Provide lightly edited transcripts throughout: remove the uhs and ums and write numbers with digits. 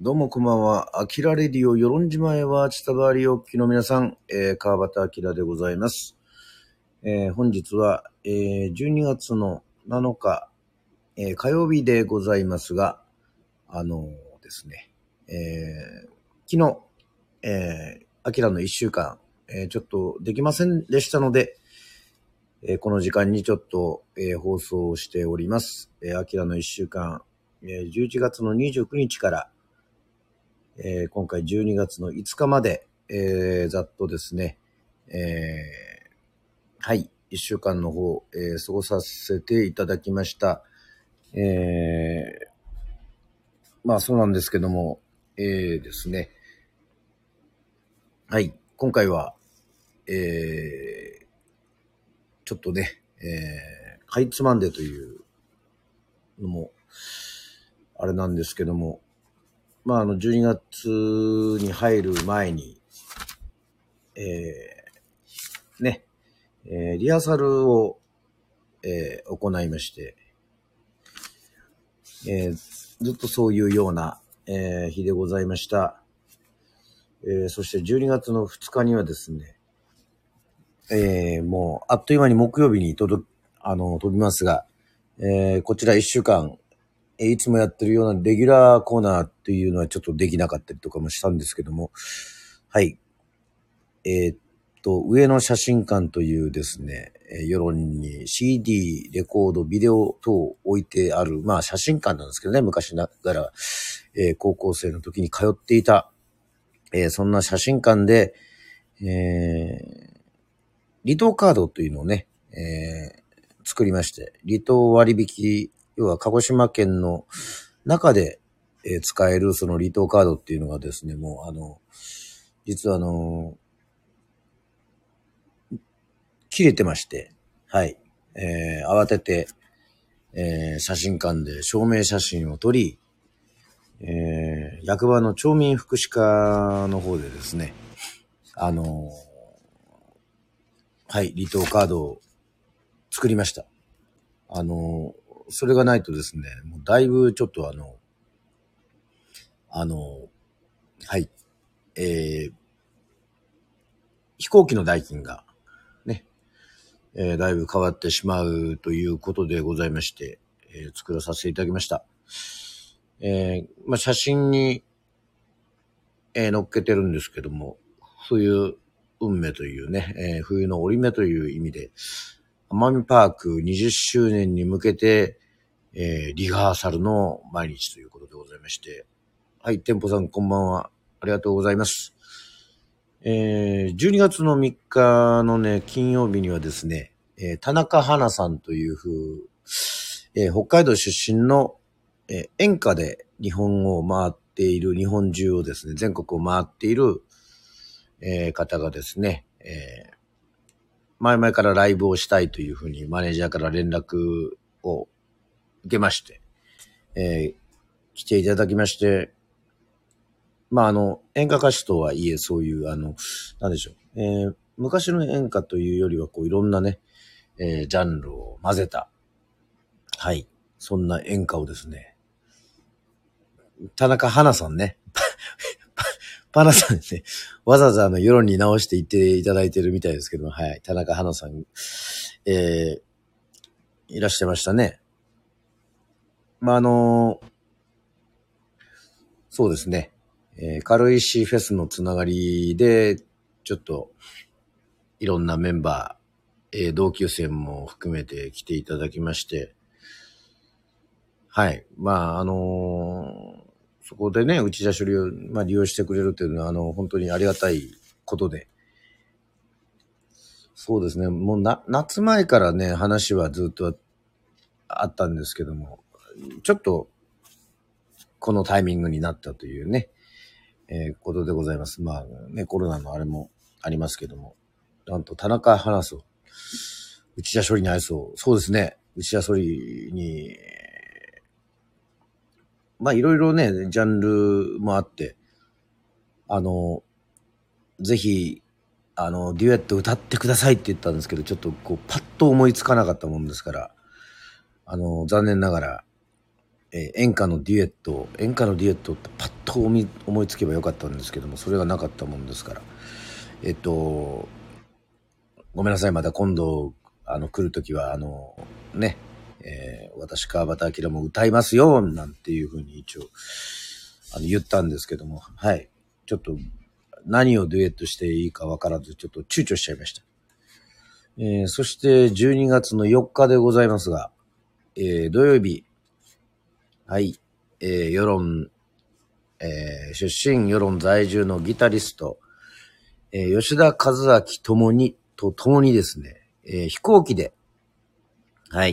どうもこんばんは。アキラレディオ、与論島へは、ちたばりおっきの皆さん、川端明でございます。本日は、12月の7日、火曜日でございますが、ですね、昨日、アキラの1週間、ちょっとできませんでしたので、この時間にちょっと、放送しております。アキラの1週間、11月の29日から、今回12月の5日まで、ざっとですね、はい、1週間の方、過ごさせていただきました。まあそうなんですけども、ですね、はい、今回は、ちょっとね、かいつまんでというのも、あれなんですけども、まあ12月に入る前に、ね、リハーサルを、行いまして、ずっとそういうような、日でございました。そして12月の2日にはですね、もうあっという間に木曜日に飛びますが、こちら1週間、いつもやってるようなレギュラーコーナーっていうのはちょっとできなかったりとかもしたんですけども、はい。上野写真館というですね、世論に CD、レコード、ビデオ等置いてある、まあ写真館なんですけどね、昔ながら、高校生の時に通っていた、そんな写真館で、離島カードというのをね、作りまして、離島割引、要は鹿児島県の中で、使えるその離島カードっていうのがですね、もう実は切れてまして、はい。慌てて、写真館で証明写真を撮り、役場の町民福祉課の方でですね、はい、、離島カードを作りました。それがないとですね、もうだいぶちょっとはい、飛行機の代金が、ね、だいぶ変わってしまうということでございまして、作らさせていただきました。まあ、写真に、載っけてるんですけども、冬運目というね、冬の折り目という意味で、奄美パーク20周年に向けて、リハーサルの毎日ということでございまして、はい、店舗さんこんばんは。ありがとうございます。12月の3日のね、金曜日にはですね、田中花さんという北海道出身の、演歌で日本を回っている、日本中をですね、全国を回っている、方がですね、前々からライブをしたいというふうにマネージャーから連絡を受けまして、来ていただきまして、まあ演歌歌手とはいえそういうなんでしょう、昔の演歌というよりはこういろんなね、ジャンルを混ぜた、はい、そんな演歌をですね、田中花さんね、パナさんね、わざわざ世論に直して言っていただいてるみたいですけども、はい、田中花さん、いらっしゃいましたね。まあそうですね、軽石フェスのつながりで、ちょっといろんなメンバー、同級生も含めて来ていただきまして、はい、まあそこでね、内田処理を、まあ、利用してくれるというのは、本当にありがたいことで。そうですね、もう夏前からね、話はずっとあったんですけども、ちょっと、このタイミングになったというね、ことでございます。まあね、コロナのあれもありますけども、なんと田中花そう、内田処理に愛そう、そうですね、内田処理に、まあいろいろね、ジャンルもあって、ぜひ、デュエット歌ってくださいって言ったんですけど、ちょっとこう、パッと思いつかなかったもんですから、残念ながら、 演歌のデュエットってパッと思いつけばよかったんですけども、それがなかったもんですから。ごめんなさい、また今度、来るときは、ね、私、川端明も歌いますよ、なんていうふうに一応、言ったんですけども、はい。ちょっと、何をデュエットしていいかわからず、ちょっと躊躇しちゃいました。そして、12月の4日でございますが、土曜日、はい、世論、出身、世論在住のギタリスト、吉田和明ともにですね、飛行機で、はい、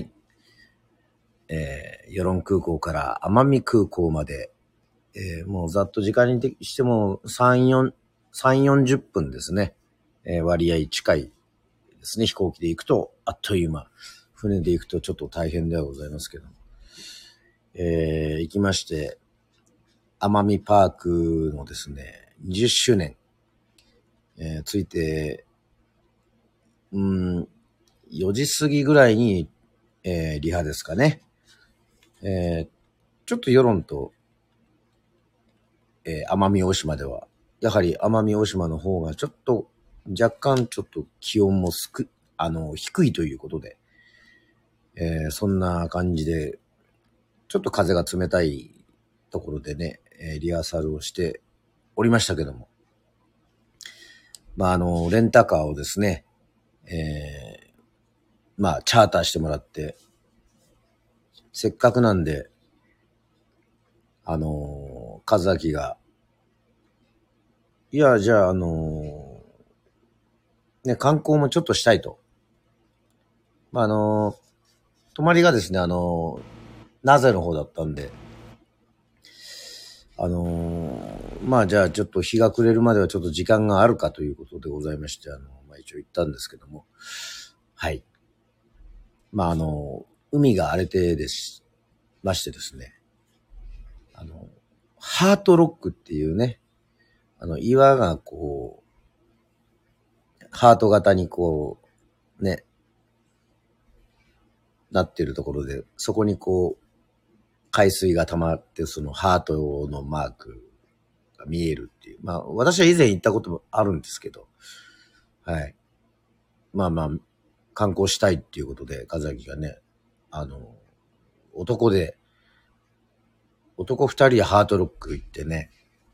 世論空港から奄美空港まで、もうざっと時間にしても3、40分ですね、割合近いですね。飛行機で行くとあっという間、船で行くとちょっと大変ではございますけども、行きまして、奄美パークのですね、20周年、ついて、4時過ぎぐらいに、リハですかね。ちょっと世論と、奄美大島では、やはり奄美大島の方がちょっと、若干ちょっと気温も低いということで、そんな感じで、ちょっと風が冷たいところでね、リハーサルをしておりましたけども、まあ、レンタカーをですね、まあ、チャーターしてもらって、せっかくなんで、和明が、いや、じゃあ、ね、観光もちょっとしたいと。まあ、泊まりがですね、名瀬の方だったんで、まあ、じゃあ、ちょっと日が暮れるまではちょっと時間があるかということでございまして、まあ、一応言ったんですけども、はい。まあ、海が荒れてましてですね、ハートロックっていうね、岩がこう、ハート型にこう、ね、なってるところで、そこにこう、海水が溜まって、そのハートのマークが見えるっていう。まあ、私は以前行ったこともあるんですけど、はい。まあまあ、観光したいっていうことで、和明がね、男二人でハートロック行ってね、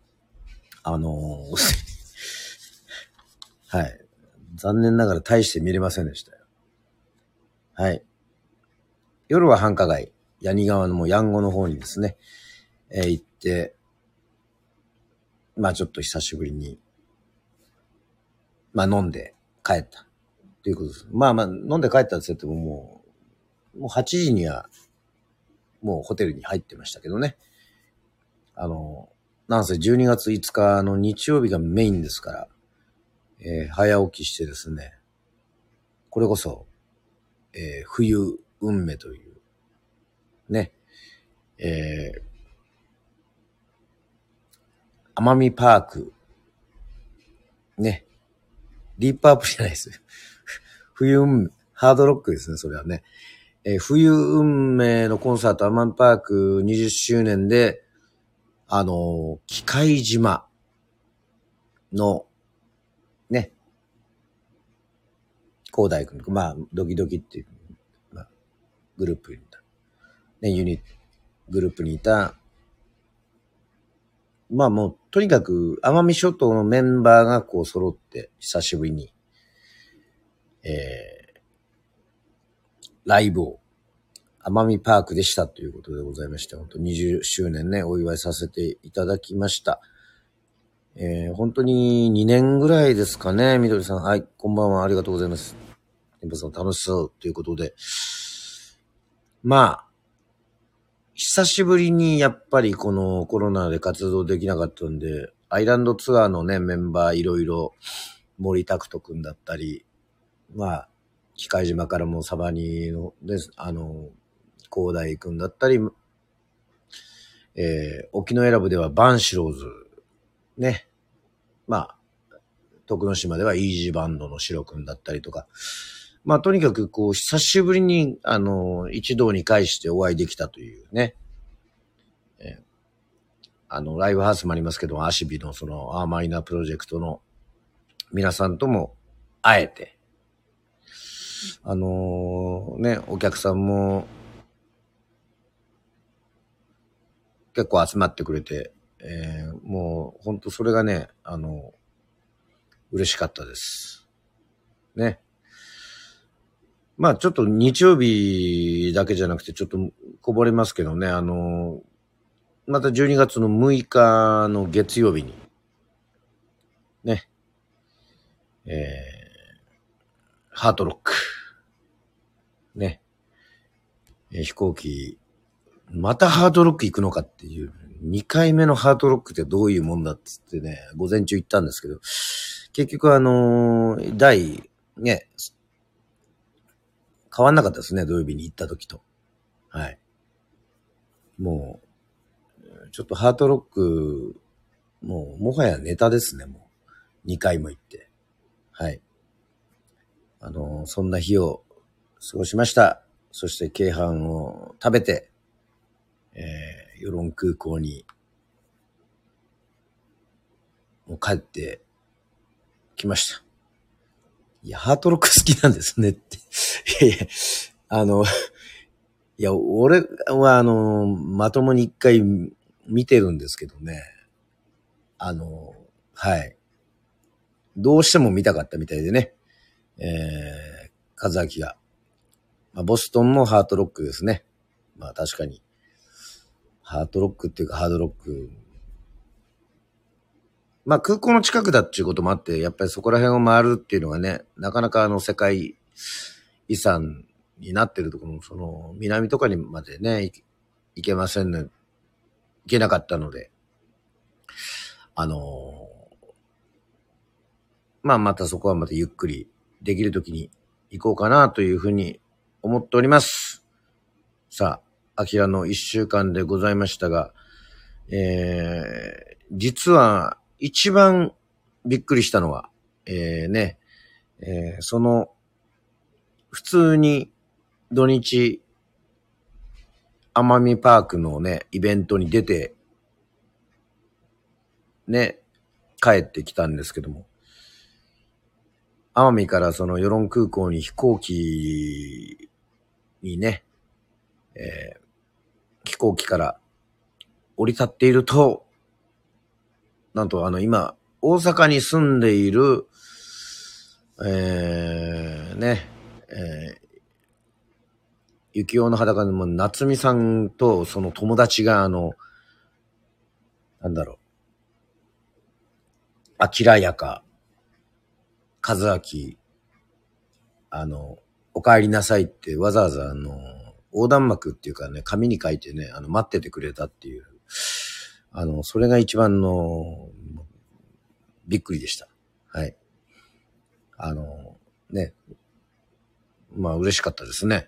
はい。残念ながら大して見れませんでしたよ。はい。夜は繁華街、八木川のもうヤンゴの方にですね、行って、まあちょっと久しぶりに、まあ飲んで帰ったということです。まあまあ飲んで帰ったって言ってももう8時にはもうホテルに入ってましたけどね。なんせ12月5日の日曜日がメインですから、早起きしてですね、これこそ、冬運命という、ね、奄美パーク、ね、ディープアップじゃないです。冬運命、ハードロックですね、それはね。冬運命のコンサート奄美パーク20周年で、機械島の、ね、広大君とか、まあ、ドキドキっていう、まあ、グループにいた、ね、グループにいた、まあもう、とにかく、奄美諸島のメンバーがこう揃って、久しぶりに、ライブを、奄美パークでしたということでございまして、本当20周年ね、お祝いさせていただきました。本当に2年ぐらいですかね、みどりさん。はい、こんばんは、ありがとうございます。テンポさん楽しそうということで。まあ、久しぶりにやっぱりこのコロナで活動できなかったんで、アイランドツアーのね、メンバーいろいろ、森拓人くんだったり、まあ、機械島からもサバニのです、広大くんだったり、沖永良部ではバンシローズ、ね。まあ、徳之島ではイージーバンドのシロくんだったりとか、まあとにかくこう久しぶりに一堂に会してお会いできたというね、 ライブハウスもありますけど、アシビのそのアーマイナープロジェクトの皆さんとも会えて、お客さんも結構集まってくれて、もう本当それがね、嬉しかったです。ね。まあちょっと日曜日だけじゃなくてちょっとこぼれますけどね、また12月の6日の月曜日に、ね、ハートロック、ね、飛行機、またハートロック行くのかっていう、2回目のハートロックってどういうもんだっつってね、午前中行ったんですけど、結局ね、変わんなかったですね、土曜日に行った時と。はい。もう、ちょっとハートロック、もはやネタですね、もう。2回も行って。はい。そんな日を過ごしました。そして、京阪を食べて、与論空港に、もう帰ってきました。いや、ハートロック好きなんですねって。いやいや、いや、俺はまともに一回見てるんですけどね。はい。どうしても見たかったみたいでね。和明が。まあ、ボストンもハートロックですね。まあ確かに。ハートロックっていうかハードロック。まあ空港の近くだっていうこともあって、やっぱりそこら辺を回るっていうのがね、なかなか世界遺産になってるところも、その南とかにまでね、行けませんね。行けなかったので、まあまたそこはまたゆっくりできるときに行こうかなというふうに思っております。さあ、アキラの1週間でございましたが、実は一番びっくりしたのは、その普通に土日奄美パークのね、イベントに出て、ね、帰ってきたんですけども、奄美からその与論空港に飛行機にね、飛行機から降り立っていると、なんと今、大阪に住んでいる、雪男の裸の夏美さんとその友達がなんだろう、あきらやか、和明、お帰りなさいってわざわざ横断幕っていうかね、紙に書いてね、待っててくれたっていう、それが一番の、びっくりでした。はい。ね、まあ嬉しかったですね。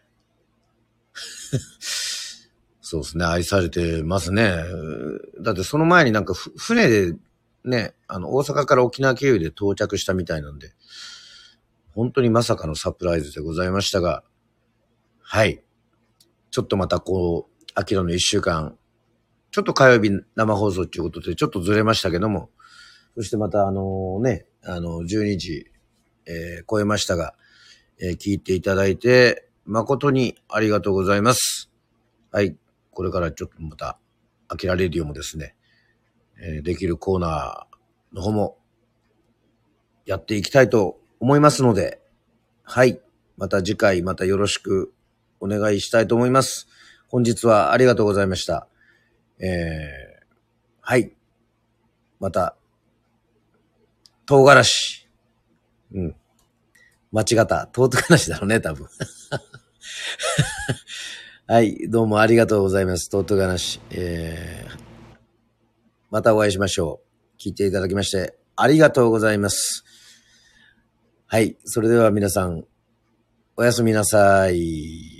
そうですね、愛されてますね。だってその前になんか船でね、大阪から沖縄経由で到着したみたいなんで、本当にまさかのサプライズでございましたが、はい。ちょっとまたアキラの1週間、ちょっと火曜日生放送ということでちょっとずれましたけども、そしてまた12時、超えましたが、聞いていただいて誠にありがとうございます。はい。これからちょっとまた、アキラレディオもですね、できるコーナーの方もやっていきたいと思いますので、はい。また次回またよろしくお願いしたいと思います。本日はありがとうございました。はい。また、唐辛子。うん。間違った。唐辛子だろうね、多分。はい。どうもありがとうございます。唐辛子。またお会いしましょう。聞いていただきましてありがとうございます。はい。それでは皆さん、おやすみなさい。